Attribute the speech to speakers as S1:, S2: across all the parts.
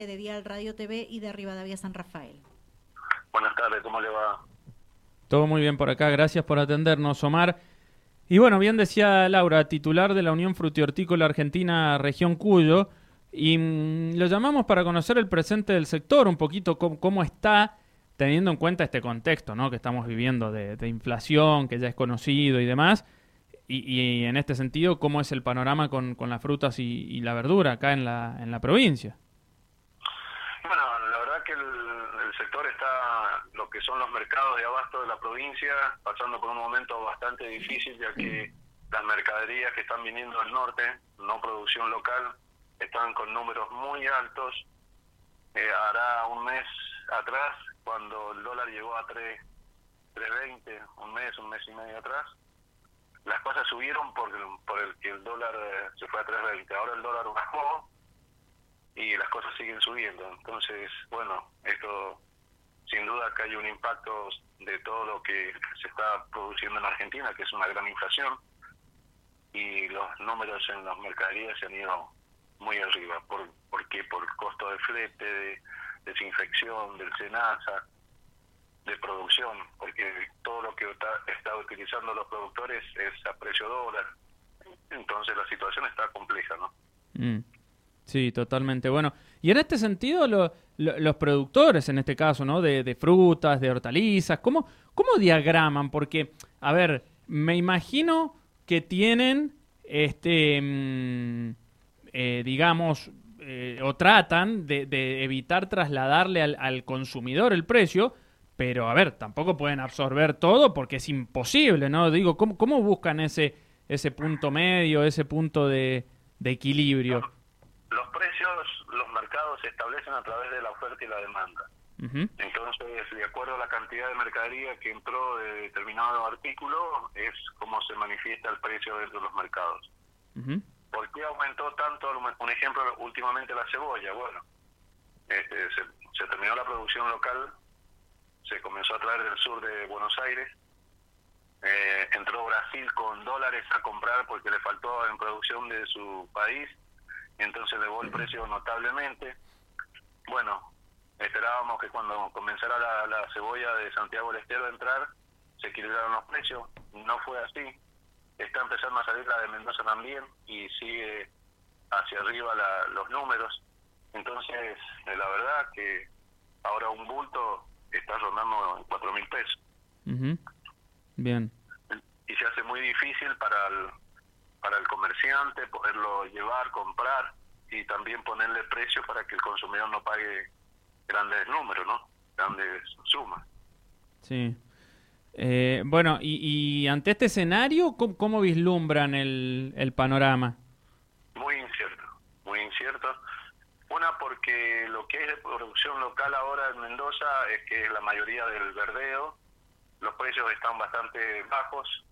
S1: de Dial Radio TV y de Rivadavia San Rafael.
S2: Buenas tardes, ¿cómo le va?
S3: Todo muy bien por acá, gracias por atendernos, Omar. Y bueno, bien decía Laura, titular de la Unión Frutihortícola Argentina, Región Cuyo, y lo llamamos para conocer el presente del sector, un poquito cómo está, teniendo en cuenta este contexto, ¿no?, que estamos viviendo de inflación, que ya es conocido y demás, y en este sentido, cómo es el panorama con las frutas y la verdura acá en la provincia.
S2: Bueno, la verdad que el sector está, lo que son los mercados de abasto de la provincia, pasando por un momento bastante difícil, ya que las mercaderías que están viniendo al norte, no producción local, están con números muy altos. Hará un mes atrás, cuando el dólar llegó a 3.20, un mes y medio atrás, las cosas subieron por el que el dólar se fue a 3.20. Ahora el dólar bajó y las cosas siguen subiendo. Entonces, bueno, esto sin duda que hay un impacto de todo lo que se está produciendo en Argentina, que es una gran inflación, y los números en las mercaderías se han ido muy arriba. ¿Por qué? Por costo de flete, de desinfección, del SENASA, de producción, porque todo lo que está utilizando los productores es a precio dólar. Entonces la situación está compleja, ¿no?
S3: Sí, totalmente. Bueno, y en este sentido, los productores, en este caso, ¿no?, de frutas, de hortalizas, ¿cómo diagraman? Porque, a ver, me imagino que tienen, digamos, o tratan de evitar trasladarle al consumidor el precio, pero, a ver, tampoco pueden absorber todo porque es imposible, ¿no? Digo, ¿cómo buscan ese punto medio, ese punto de equilibrio?
S2: Los precios, los mercados se establecen a través de la oferta y la demanda.
S3: Uh-huh.
S2: Entonces, de acuerdo a la cantidad de mercadería que entró de determinado artículo, es como se manifiesta el precio dentro de los mercados.
S3: Uh-huh.
S2: ¿Por qué aumentó tanto? Un ejemplo, últimamente la cebolla. Bueno, se terminó la producción local, se comenzó a traer del sur de Buenos Aires, entró Brasil con dólares a comprar porque le faltó en producción de su país, entonces elevó el precio notablemente. Bueno, esperábamos que cuando comenzara la cebolla de Santiago del Estero a entrar, se equilibraron los precios. No fue así. Está empezando a salir la de Mendoza también y sigue hacia arriba los números. Entonces, la verdad que ahora un bulto está rondando 4.000 pesos.
S3: Uh-huh. Bien.
S2: Y se hace muy difícil para el comerciante poderlo llevar, comprar y también ponerle precio para que el consumidor no pague grandes números, ¿no? Grandes sumas.
S3: Sí. Bueno, y ante este escenario, ¿cómo vislumbran el panorama?
S2: Muy incierto, muy incierto. Una, porque lo que es de producción local ahora en Mendoza es que la mayoría del verdeo, los precios están bastante bajos.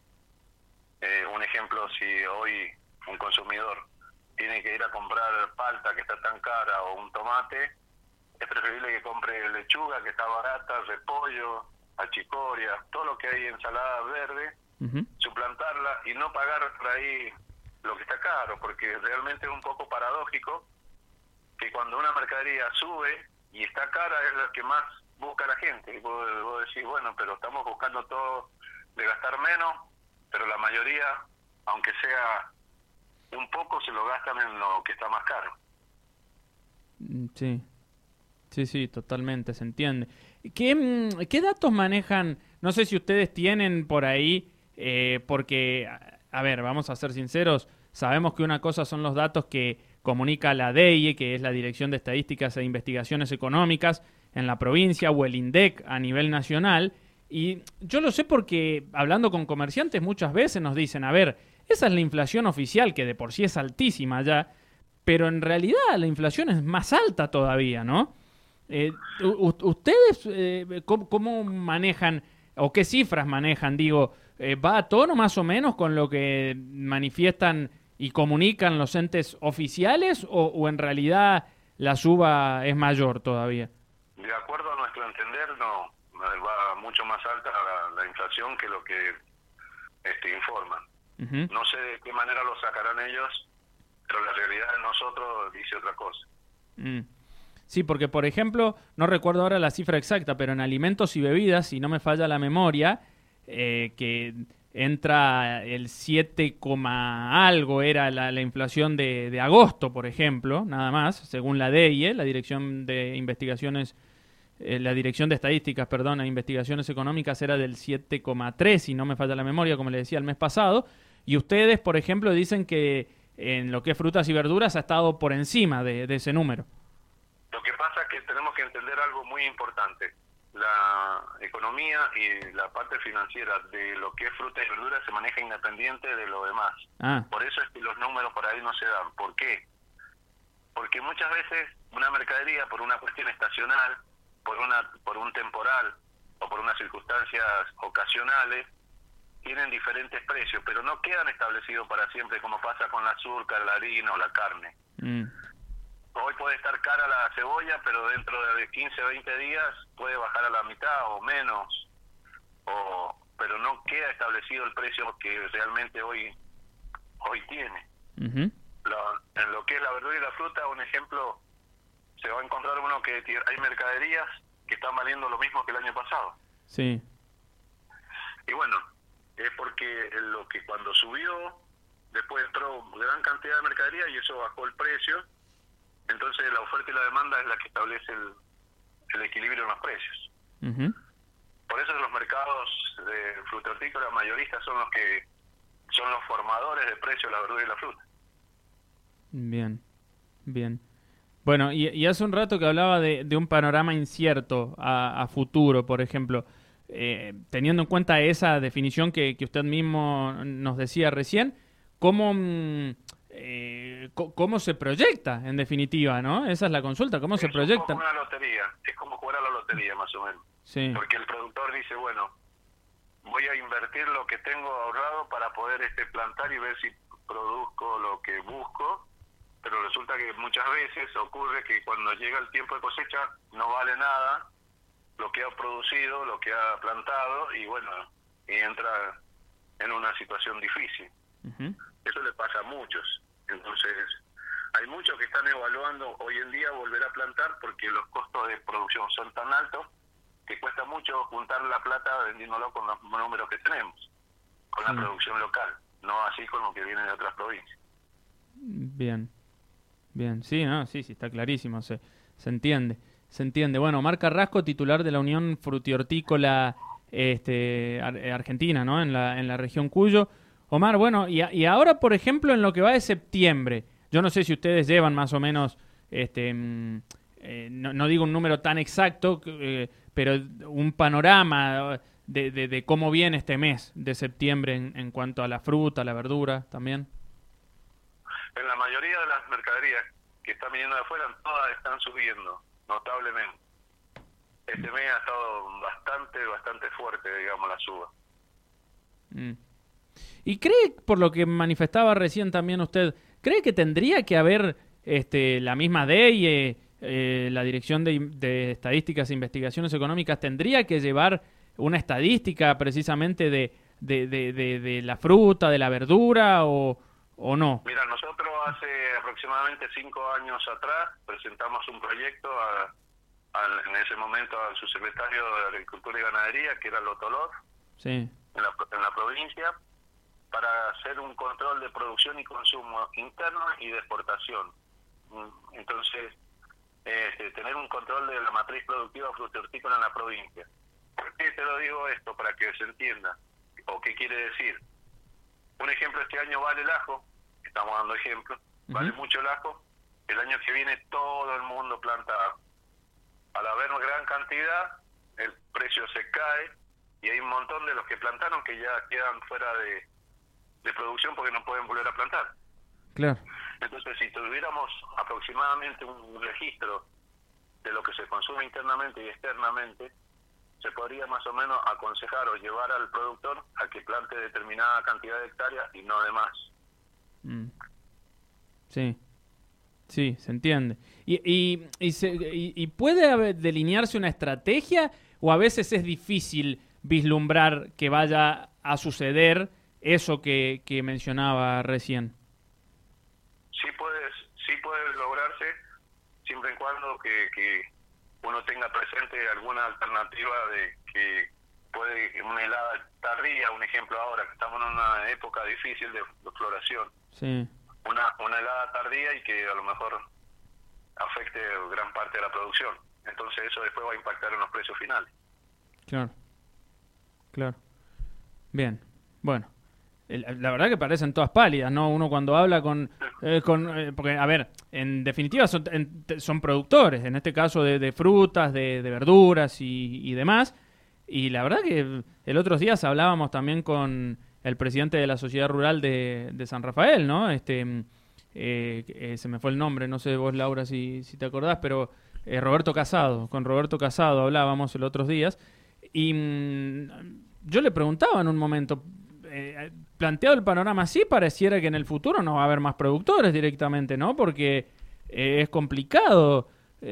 S2: Un ejemplo, si hoy un consumidor tiene que ir a comprar palta que está tan cara o un tomate, es preferible que compre lechuga que está barata, repollo, achicoria, todo lo que hay ensalada verde, uh-huh, suplantarla y no pagar por ahí lo que está caro, porque realmente es un poco paradójico que cuando una mercadería sube y está cara es la que más busca la gente. Y vos decís, bueno, pero estamos buscando todo de gastar menos, pero la mayoría, aunque sea un poco, se lo gastan en lo que está más caro.
S3: Sí, totalmente, se entiende. ¿Qué datos manejan? No sé si ustedes tienen por ahí, porque, a ver, vamos a ser sinceros, sabemos que una cosa son los datos que comunica la DEIE, que es la Dirección de Estadísticas e Investigaciones Económicas en la provincia, o el INDEC a nivel nacional, y yo lo sé porque hablando con comerciantes muchas veces nos dicen, a ver, esa es la inflación oficial, que de por sí es altísima ya, pero en realidad la inflación es más alta todavía, ¿no? ¿Ustedes cómo manejan, o qué cifras manejan? Digo, ¿va a tono más o menos con lo que manifiestan y comunican los entes oficiales o en realidad la suba es mayor todavía?
S2: De acuerdo a nuestro entender, no, va mucho más alta la inflación que lo que informan. Uh-huh. No sé de qué manera lo sacarán ellos, pero la realidad de nosotros dice otra cosa.
S3: Sí, porque por ejemplo, no recuerdo ahora la cifra exacta, pero en alimentos y bebidas, si no me falla la memoria, que entra el 7, algo era la inflación de agosto, por ejemplo, nada más, según la DEIE, la Dirección de Investigaciones, la Dirección de Estadísticas, perdón, e Investigaciones Económicas era del 7,3, si no me falla la memoria, como le decía el mes pasado, y ustedes, por ejemplo, dicen que en lo que es frutas y verduras ha estado por encima de ese número.
S2: Lo que pasa es que tenemos que entender algo muy importante. La economía y la parte financiera de lo que es fruta y verdura se maneja independiente de lo demás. Por eso es que los números por ahí no se dan. ¿Por qué? Porque muchas veces una mercadería, por una cuestión estacional, por un temporal o por unas circunstancias ocasionales, tienen diferentes precios, pero no quedan establecidos para siempre, como pasa con la azúcar, la harina o la carne. Hoy puede estar cara la cebolla, pero dentro de 15 o 20 días puede bajar a la mitad o menos, pero no queda establecido el precio que realmente hoy tiene. En lo que es la verdura y la fruta, un ejemplo, se va a encontrar uno que hay mercaderías que están valiendo lo mismo que el año pasado.
S3: Sí.
S2: Y bueno, es porque lo que cuando subió, después entró gran cantidad de mercadería y eso bajó el precio. Entonces la oferta y la demanda es la que establece el equilibrio en los precios. Por eso los mercados de fruta hortícola mayoristas son los formadores de precio de la verdura y la fruta.
S3: Bien, bien. Bueno, y hace un rato que hablaba de un panorama incierto a futuro, por ejemplo, teniendo en cuenta esa definición que usted mismo nos decía recién, ¿cómo se proyecta, en definitiva, ¿no? Esa es la consulta, ¿cómo se proyecta?
S2: Es como una lotería, es como jugar a la lotería, más o menos.
S3: Sí.
S2: Porque el productor dice, bueno, voy a invertir lo que tengo ahorrado para poder plantar y ver si produzco lo que busco, pero resulta que muchas veces ocurre que cuando llega el tiempo de cosecha no vale nada lo que ha producido, lo que ha plantado, y bueno, y entra en una situación difícil. Eso le pasa a muchos. Entonces, hay muchos que están evaluando hoy en día volver a plantar porque los costos de producción son tan altos que cuesta mucho juntar la plata vendiéndolo con los números que tenemos, con la producción local, no así con lo que viene de otras provincias.
S3: Bien, bien, sí, no, sí, está clarísimo, se entiende, se entiende. Bueno, Omar Carrasco, titular de la Unión Frutihortícola Argentina, ¿no? En la región Cuyo. Omar, bueno, y ahora, por ejemplo, en lo que va de septiembre, yo no sé si ustedes llevan más o menos, no digo un número tan exacto, pero un panorama de cómo viene este mes de septiembre en cuanto a la fruta, la verdura también.
S2: En la mayoría de las mercaderías que están viniendo de afuera, todas están subiendo notablemente. Este mes ha estado bastante fuerte, digamos, la suba.
S3: ¿Y cree, por lo que manifestaba recién también usted, cree que tendría que haber la misma DEI, la Dirección de Estadísticas e Investigaciones Económicas, tendría que llevar una estadística precisamente de la fruta, de la verdura o no?
S2: Mira, nosotros hace aproximadamente 5 años atrás presentamos un proyecto en ese momento al subsecretario de Agricultura y Ganadería, que era Lotolor,
S3: sí,
S2: en la provincia, para hacer un control de producción y consumo interno y de exportación. Entonces, tener un control de la matriz productiva frutihortícola en la provincia. ¿Por qué te lo digo esto? Para que se entienda. ¿O qué quiere decir? Un ejemplo, este año vale el ajo, estamos dando ejemplos, vale mucho el ajo, el año que viene todo el mundo planta ajo. Al haber gran cantidad, el precio se cae y hay un montón de los que plantaron que ya quedan fuera de producción porque no pueden volver a plantar.
S3: Claro.
S2: Entonces, si tuviéramos aproximadamente un registro de lo que se consume internamente y externamente, se podría más o menos aconsejar o llevar al productor a que plante determinada cantidad de hectáreas y no de más.
S3: Sí, se entiende. ¿Y puede delinearse una estrategia o a veces es difícil vislumbrar que vaya a suceder eso que mencionaba recién?
S2: Sí puede lograrse. Si siempre y cuando que uno tenga presente alguna alternativa de que puede, una helada tardía, un ejemplo ahora, que estamos en una época difícil de floración,
S3: Sí.
S2: una helada tardía y que a lo mejor afecte gran parte de la producción. Entonces eso después va a impactar en los precios finales.
S3: Claro. Claro. Bien. Bueno. La verdad que parecen todas pálidas, ¿no? Uno cuando habla porque, a ver, en definitiva son productores, en este caso de frutas, de verduras y demás. Y la verdad que el otros días hablábamos también con el presidente de la Sociedad Rural de San Rafael, ¿no? Se me fue el nombre, no sé vos, Laura, si te acordás, pero Roberto Casado, con Roberto Casado hablábamos los otros días. Y yo le preguntaba en un momento, planteado el panorama así, pareciera que en el futuro no va a haber más productores directamente, ¿no? Porque es complicado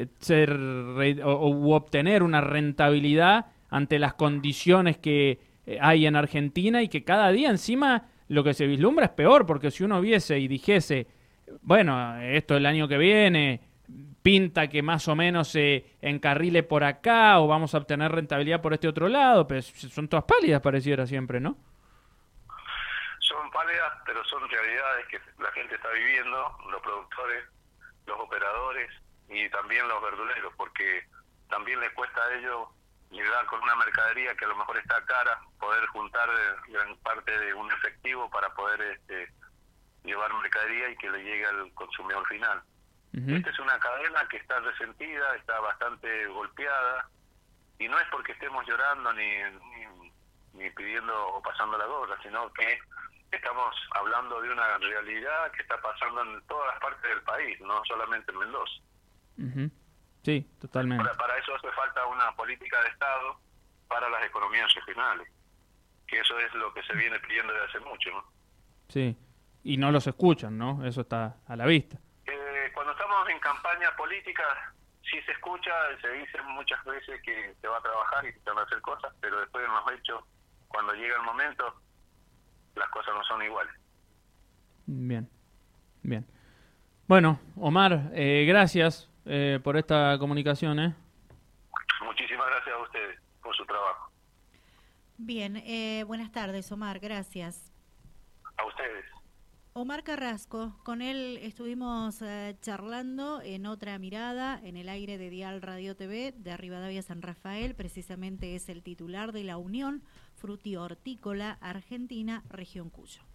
S3: u obtener una rentabilidad ante las condiciones que hay en Argentina y que cada día encima lo que se vislumbra es peor, porque si uno viese y dijese, bueno, esto el año que viene pinta que más o menos se encarrile por acá o vamos a obtener rentabilidad por este otro lado, pero son todas pálidas pareciera siempre, ¿no?
S2: Son pálidas, pero son realidades que la gente está viviendo, los productores, los operadores y también los verduleros, porque también les cuesta a ellos llegar con una mercadería que a lo mejor está cara, poder juntar gran parte de un efectivo para poder llevar mercadería y que le llegue al consumidor final. Uh-huh. Esta es una cadena que está resentida, está bastante golpeada, y no es porque estemos llorando ni pidiendo o pasando la gorra, sino que estamos hablando de una realidad que está pasando en todas las partes del país, no solamente en Mendoza.
S3: Uh-huh. Sí, totalmente.
S2: Para eso hace falta una política de Estado para las economías regionales, que eso es lo que se viene pidiendo desde hace mucho, ¿no?
S3: Sí, y no los escuchan, ¿no? Eso está a la vista.
S2: Cuando estamos en campaña política, sí se escucha, se dice muchas veces que se va a trabajar y se van a hacer cosas, pero después en los hechos, cuando llega el momento, las cosas no son iguales.
S3: Bien, bien. Bueno, Omar, gracias por esta comunicación.
S2: Muchísimas gracias a ustedes por su trabajo.
S1: Bien, buenas tardes, Omar, gracias.
S2: A ustedes.
S1: Omar Carrasco, con él estuvimos charlando en Otra Mirada, en el aire de Dial Radio TV de Rivadavia San Rafael, precisamente es el titular de la Unión Frutihortícola Argentina, Región Cuyo.